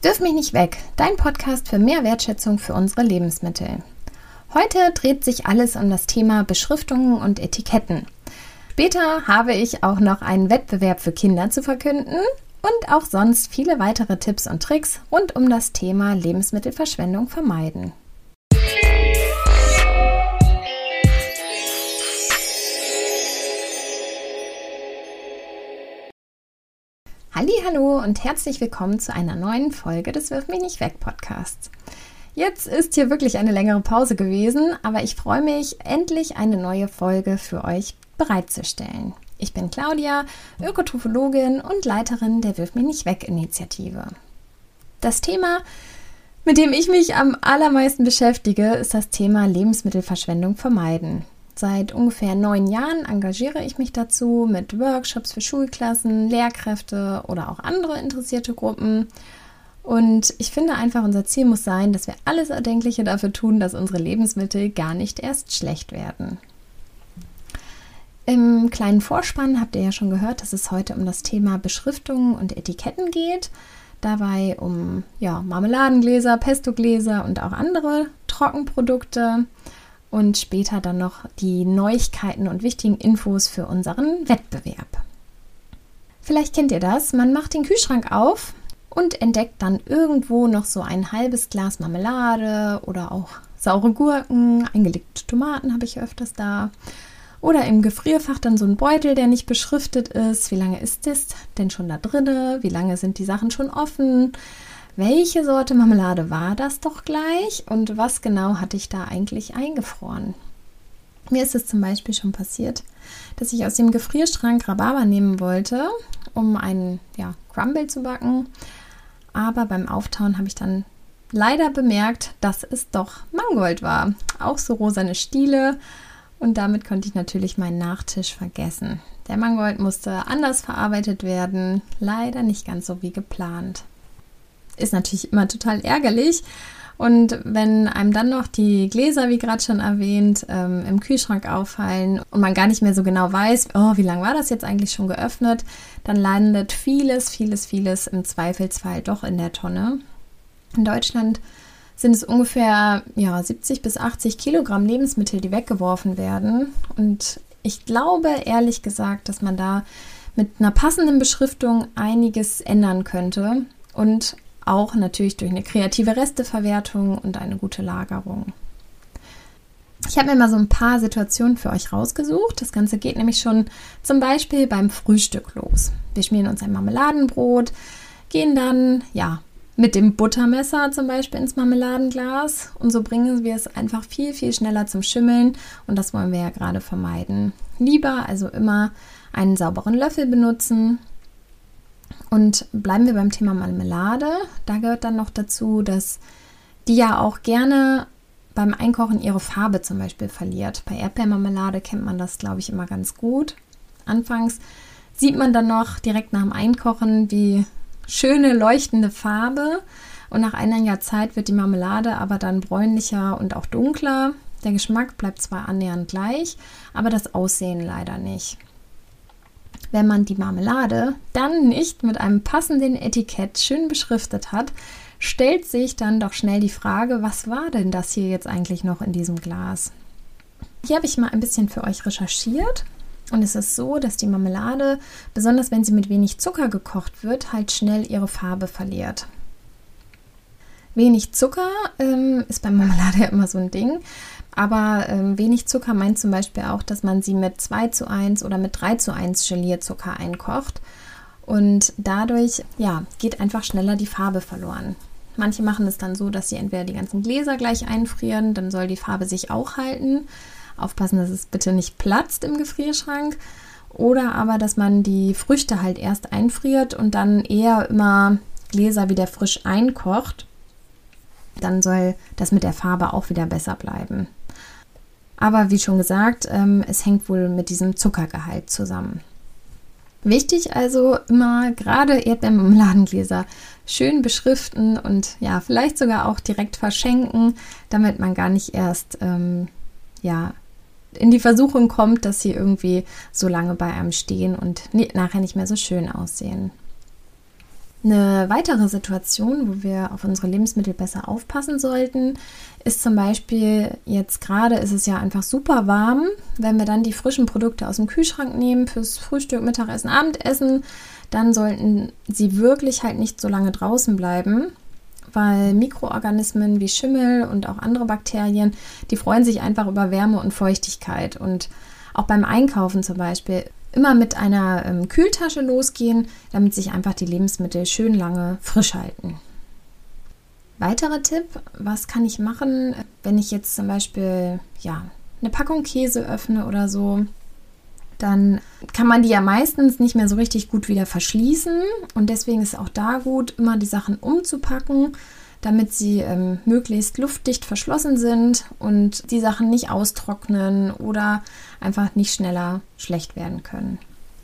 Wirf mich nicht weg, dein Podcast für mehr Wertschätzung für unsere Lebensmittel. Heute dreht sich alles um das Thema Beschriftungen und Etiketten. Später habe ich auch noch einen Wettbewerb für Kinder zu verkünden und auch sonst viele weitere Tipps und Tricks rund um das Thema Lebensmittelverschwendung vermeiden. Hallo und herzlich willkommen zu einer neuen Folge des Wirf mich nicht weg Podcasts. Jetzt ist hier wirklich eine längere Pause gewesen, aber ich freue mich, endlich eine neue Folge für euch bereitzustellen. Ich bin Claudia, Ökotrophologin und Leiterin der Wirf mich nicht weg Initiative. Das Thema, mit dem ich mich am allermeisten beschäftige, ist das Thema Lebensmittelverschwendung vermeiden. Seit ungefähr 9 Jahren engagiere ich mich dazu mit Workshops für Schulklassen, Lehrkräfte oder auch andere interessierte Gruppen. Und ich finde einfach, unser Ziel muss sein, dass wir alles Erdenkliche dafür tun, dass unsere Lebensmittel gar nicht erst schlecht werden. Im kleinen Vorspann habt ihr ja schon gehört, dass es heute um das Thema Beschriftungen und Etiketten geht. Dabei um Marmeladengläser, Pestogläser und auch andere Trockenprodukte. Und später dann noch die Neuigkeiten und wichtigen Infos für unseren Wettbewerb. Vielleicht kennt ihr das, man macht den Kühlschrank auf und entdeckt dann irgendwo noch so ein halbes Glas Marmelade oder auch saure Gurken, eingelegte Tomaten habe ich öfters da. Oder im Gefrierfach dann so ein Beutel, der nicht beschriftet ist. Wie lange ist das denn schon da drinne? Wie lange sind die Sachen schon offen? Welche Sorte Marmelade war das doch gleich und was genau hatte ich da eigentlich eingefroren? Mir ist es zum Beispiel schon passiert, dass ich aus dem Gefrierschrank Rhabarber nehmen wollte, um einen Crumble zu backen. Aber beim Auftauen habe ich dann leider bemerkt, dass es doch Mangold war. Auch so rosane Stiele und damit konnte ich natürlich meinen Nachtisch vergessen. Der Mangold musste anders verarbeitet werden, leider nicht ganz so wie geplant. Ist natürlich immer total ärgerlich und wenn einem dann noch die Gläser, wie gerade schon erwähnt, im Kühlschrank auffallen und man gar nicht mehr so genau weiß, wie lange war das jetzt eigentlich schon geöffnet, dann landet vieles im Zweifelsfall doch in der Tonne. In Deutschland sind es ungefähr 70 bis 80 Kilogramm Lebensmittel, die weggeworfen werden und ich glaube ehrlich gesagt, dass man da mit einer passenden Beschriftung einiges ändern könnte und auch natürlich durch eine kreative Resteverwertung und eine gute Lagerung. Ich habe mir mal so ein paar Situationen für euch rausgesucht. Das Ganze geht nämlich schon zum Beispiel beim Frühstück los. Wir schmieren uns ein Marmeladenbrot, gehen dann mit dem Buttermesser zum Beispiel ins Marmeladenglas und so bringen wir es einfach viel schneller zum Schimmeln und das wollen wir ja gerade vermeiden. Lieber also immer einen sauberen Löffel benutzen. Und bleiben wir beim Thema Marmelade. Da gehört dann noch dazu, dass die ja auch gerne beim Einkochen ihre Farbe zum Beispiel verliert. Bei Erdbeermarmelade kennt man das, glaube ich, immer ganz gut. Anfangs sieht man dann noch direkt nach dem Einkochen die schöne leuchtende Farbe. Und nach einem Jahr Zeit wird die Marmelade aber dann bräunlicher und auch dunkler. Der Geschmack bleibt zwar annähernd gleich, aber das Aussehen leider nicht. Wenn man die Marmelade dann nicht mit einem passenden Etikett schön beschriftet hat, stellt sich dann doch schnell die Frage, was war denn das hier jetzt eigentlich noch in diesem Glas? Hier habe ich mal ein bisschen für euch recherchiert und es ist so, dass die Marmelade, besonders wenn sie mit wenig Zucker gekocht wird, halt schnell ihre Farbe verliert. Wenig Zucker ist bei Marmelade ja immer so ein Ding. Aber wenig Zucker meint zum Beispiel auch, dass man sie mit 2:1 oder mit 3:1 Gelierzucker einkocht. Und dadurch geht einfach schneller die Farbe verloren. Manche machen es dann so, dass sie entweder die ganzen Gläser gleich einfrieren, dann soll die Farbe sich auch halten. Aufpassen, dass es bitte nicht platzt im Gefrierschrank. Oder aber, dass man die Früchte halt erst einfriert und dann eher immer Gläser wieder frisch einkocht. Dann soll das mit der Farbe auch wieder besser bleiben. Aber wie schon gesagt, es hängt wohl mit diesem Zuckergehalt zusammen. Wichtig also immer gerade Erdbeermarmeladengläser schön beschriften und vielleicht sogar auch direkt verschenken, damit man gar nicht erst in die Versuchung kommt, dass sie irgendwie so lange bei einem stehen und nachher nicht mehr so schön aussehen. Eine weitere Situation, wo wir auf unsere Lebensmittel besser aufpassen sollten, ist zum Beispiel, jetzt gerade ist es ja einfach super warm, wenn wir dann die frischen Produkte aus dem Kühlschrank nehmen fürs Frühstück, Mittagessen, Abendessen, dann sollten sie wirklich halt nicht so lange draußen bleiben, weil Mikroorganismen wie Schimmel und auch andere Bakterien, die freuen sich einfach über Wärme und Feuchtigkeit. Und auch beim Einkaufen zum Beispiel immer mit einer Kühltasche losgehen, damit sich einfach die Lebensmittel schön lange frisch halten. Weiterer Tipp, was kann ich machen, wenn ich jetzt zum Beispiel eine Packung Käse öffne oder so, dann kann man die ja meistens nicht mehr so richtig gut wieder verschließen und deswegen ist auch da gut, immer die Sachen umzupacken, damit sie möglichst luftdicht verschlossen sind und die Sachen nicht austrocknen oder einfach nicht schneller schlecht werden können.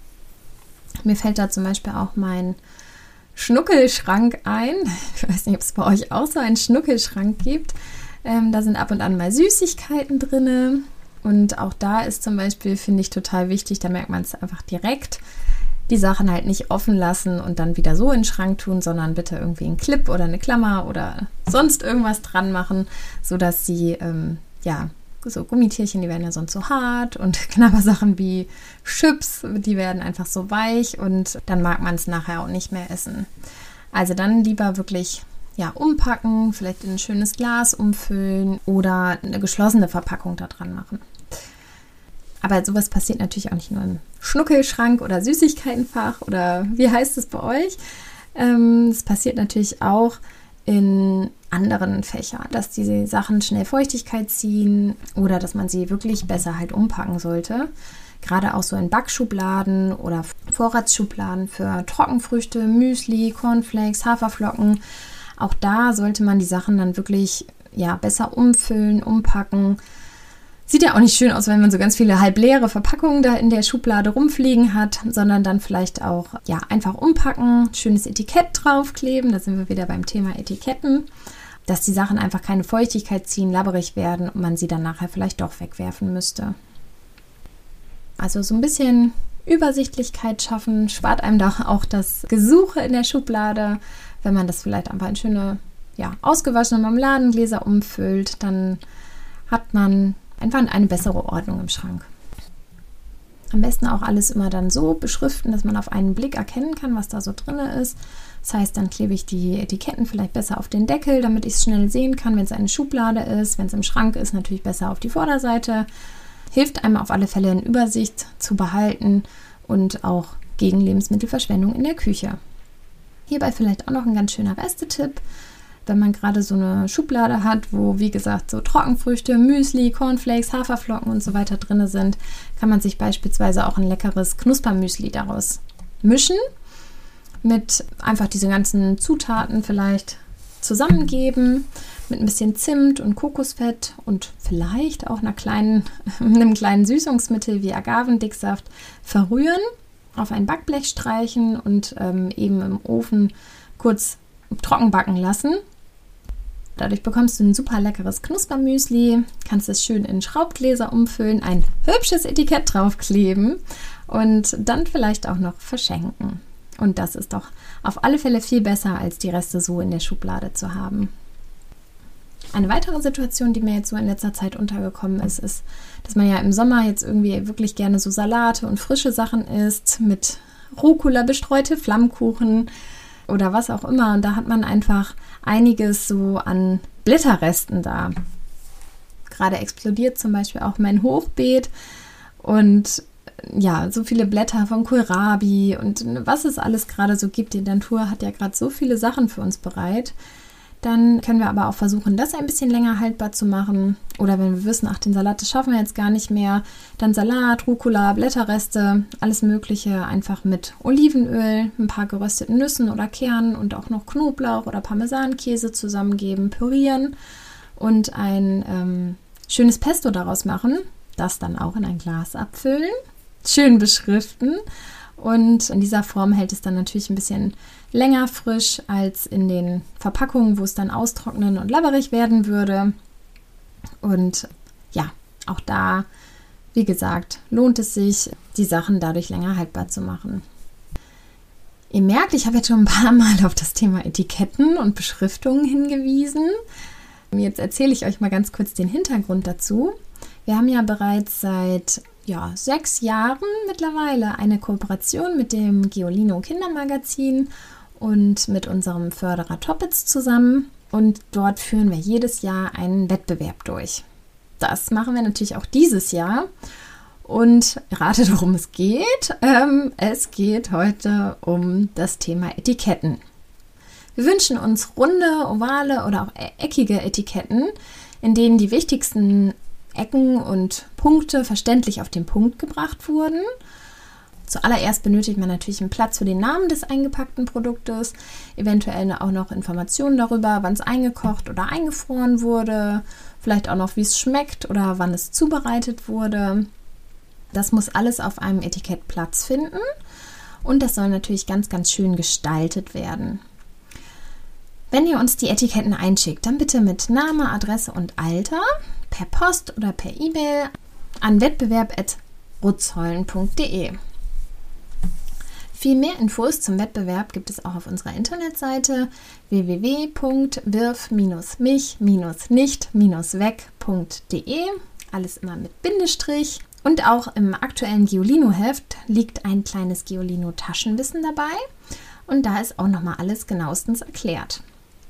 Mir fällt da zum Beispiel auch mein Schnuckelschrank ein. Ich weiß nicht, ob es bei euch auch so einen Schnuckelschrank gibt. Da sind ab und an mal Süßigkeiten drin. Und auch da ist zum Beispiel, finde ich, total wichtig, da merkt man es einfach direkt, die Sachen halt nicht offen lassen und dann wieder so in den Schrank tun, sondern bitte irgendwie einen Clip oder eine Klammer oder sonst irgendwas dran machen, sodass sie, so Gummitierchen, die werden ja sonst so hart und Knabbersachen wie Chips, die werden einfach so weich und dann mag man es nachher auch nicht mehr essen. Also dann lieber wirklich umpacken, vielleicht in ein schönes Glas umfüllen oder eine geschlossene Verpackung da dran machen. Aber sowas passiert natürlich auch nicht nur im Schnuckelschrank oder Süßigkeitenfach oder wie heißt es bei euch? Es passiert natürlich auch in anderen Fächern, dass diese Sachen schnell Feuchtigkeit ziehen oder dass man sie wirklich besser halt umpacken sollte. Gerade auch so in Backschubladen oder Vorratsschubladen für Trockenfrüchte, Müsli, Cornflakes, Haferflocken. Auch da sollte man die Sachen dann wirklich besser umfüllen, umpacken. Sieht ja auch nicht schön aus, wenn man so ganz viele halbleere Verpackungen da in der Schublade rumfliegen hat, sondern dann vielleicht auch einfach umpacken, schönes Etikett draufkleben, da sind wir wieder beim Thema Etiketten, dass die Sachen einfach keine Feuchtigkeit ziehen, labberig werden und man sie dann nachher vielleicht doch wegwerfen müsste. Also so ein bisschen Übersichtlichkeit schaffen, spart einem doch auch das Gesuche in der Schublade, wenn man das vielleicht einfach in schöne, ausgewaschene Marmeladengläser umfüllt, dann hat man einfach eine bessere Ordnung im Schrank. Am besten auch alles immer dann so beschriften, dass man auf einen Blick erkennen kann, was da so drin ist. Das heißt, dann klebe ich die Etiketten vielleicht besser auf den Deckel, damit ich es schnell sehen kann, wenn es eine Schublade ist. Wenn es im Schrank ist, natürlich besser auf die Vorderseite. Hilft einem auf alle Fälle eine Übersicht zu behalten und auch gegen Lebensmittelverschwendung in der Küche. Hierbei vielleicht auch noch ein ganz schöner Restetipp. Wenn man gerade so eine Schublade hat, wo, wie gesagt, so Trockenfrüchte, Müsli, Cornflakes, Haferflocken und so weiter drin sind, kann man sich beispielsweise auch ein leckeres Knuspermüsli daraus mischen, mit einfach diese ganzen Zutaten vielleicht zusammengeben, mit ein bisschen Zimt und Kokosfett und vielleicht auch einem kleinen Süßungsmittel wie Agavendicksaft verrühren, auf ein Backblech streichen und eben im Ofen kurz trocken backen lassen. Dadurch bekommst du ein super leckeres Knuspermüsli, kannst es schön in Schraubgläser umfüllen, ein hübsches Etikett draufkleben und dann vielleicht auch noch verschenken. Und das ist doch auf alle Fälle viel besser, als die Reste so in der Schublade zu haben. Eine weitere Situation, die mir jetzt so in letzter Zeit untergekommen ist, ist, dass man ja im Sommer jetzt irgendwie wirklich gerne so Salate und frische Sachen isst, mit Rucola bestreute Flammkuchen oder was auch immer. Und da hat man einfach einiges so an Blätterresten da. Gerade explodiert zum Beispiel auch mein Hochbeet und so viele Blätter von Kohlrabi und was es alles gerade so gibt. Die Natur hat ja gerade so viele Sachen für uns bereit. Dann können wir aber auch versuchen, das ein bisschen länger haltbar zu machen. Oder wenn wir wissen, den Salat, das schaffen wir jetzt gar nicht mehr, dann Salat, Rucola, Blätterreste, alles Mögliche einfach mit Olivenöl, ein paar gerösteten Nüssen oder Kernen und auch noch Knoblauch oder Parmesankäse zusammengeben, pürieren und ein schönes Pesto daraus machen, das dann auch in ein Glas abfüllen, schön beschriften. Und in dieser Form hält es dann natürlich ein bisschen länger frisch als in den Verpackungen, wo es dann austrocknen und labberig werden würde. Und auch da, wie gesagt, lohnt es sich, die Sachen dadurch länger haltbar zu machen. Ihr merkt, ich habe jetzt schon ein paar Mal auf das Thema Etiketten und Beschriftungen hingewiesen. Jetzt erzähle ich euch mal ganz kurz den Hintergrund dazu. Wir haben ja bereits seit 6 Jahren mittlerweile eine Kooperation mit dem Geolino Kindermagazin und mit unserem Förderer Toppitz zusammen. Und dort führen wir jedes Jahr einen Wettbewerb durch. Das machen wir natürlich auch dieses Jahr. Und ratet, worum es geht. Es geht heute um das Thema Etiketten. Wir wünschen uns runde, ovale oder auch eckige Etiketten, in denen die wichtigsten Ecken und Punkte verständlich auf den Punkt gebracht wurden. Zuallererst benötigt man natürlich einen Platz für den Namen des eingepackten Produktes, eventuell auch noch Informationen darüber, wann es eingekocht oder eingefroren wurde, vielleicht auch noch, wie es schmeckt oder wann es zubereitet wurde. Das muss alles auf einem Etikett Platz finden und das soll natürlich ganz, ganz schön gestaltet werden. Wenn ihr uns die Etiketten einschickt, dann bitte mit Name, Adresse und Alter per Post oder per E-Mail an wettbewerb@rutzhollen.de. Viel mehr Infos zum Wettbewerb gibt es auch auf unserer Internetseite www.wirf-mich-nicht-weg.de. Alles immer mit Bindestrich. Und auch im aktuellen Geolino-Heft liegt ein kleines Geolino-Taschenwissen dabei. Und da ist auch nochmal alles genauestens erklärt.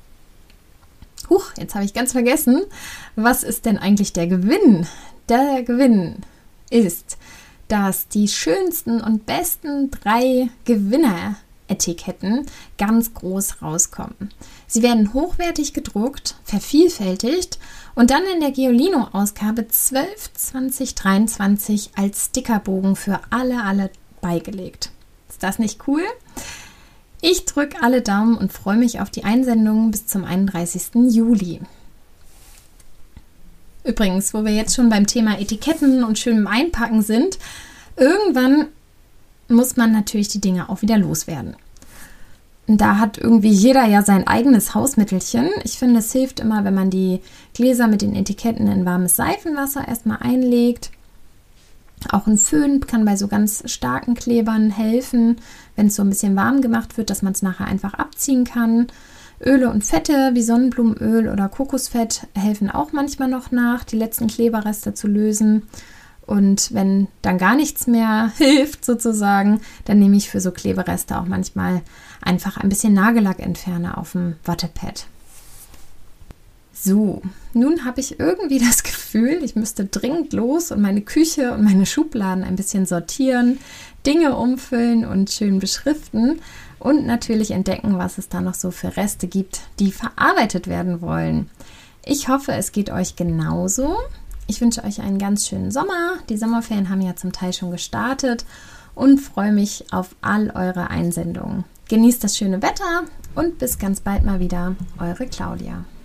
Jetzt habe ich ganz vergessen, was ist denn eigentlich der Gewinn? Der Gewinn ist, dass die schönsten und besten 3 Gewinneretiketten ganz groß rauskommen. Sie werden hochwertig gedruckt, vervielfältigt und dann in der Geolino-Ausgabe 12/2023 als Stickerbogen für alle beigelegt. Ist das nicht cool? Ich drücke alle Daumen und freue mich auf die Einsendungen bis zum 31. Juli. Übrigens, wo wir jetzt schon beim Thema Etiketten und schönem Einpacken sind, irgendwann muss man natürlich die Dinge auch wieder loswerden. Und da hat irgendwie jeder ja sein eigenes Hausmittelchen. Ich finde, es hilft immer, wenn man die Gläser mit den Etiketten in warmes Seifenwasser erstmal einlegt. Auch ein Föhn kann bei so ganz starken Klebern helfen, wenn es so ein bisschen warm gemacht wird, dass man es nachher einfach abziehen kann. Öle und Fette wie Sonnenblumenöl oder Kokosfett helfen auch manchmal noch nach, die letzten Kleberreste zu lösen. Und wenn dann gar nichts mehr hilft sozusagen, dann nehme ich für so Klebereste auch manchmal einfach ein bisschen Nagellackentferner auf dem Wattepad. So, nun habe ich irgendwie das Gefühl, ich müsste dringend los und meine Küche und meine Schubladen ein bisschen sortieren, Dinge umfüllen und schön beschriften und natürlich entdecken, was es da noch so für Reste gibt, die verarbeitet werden wollen. Ich hoffe, es geht euch genauso. Ich wünsche euch einen ganz schönen Sommer. Die Sommerferien haben ja zum Teil schon gestartet und freue mich auf all eure Einsendungen. Genießt das schöne Wetter und bis ganz bald mal wieder. Eure Claudia.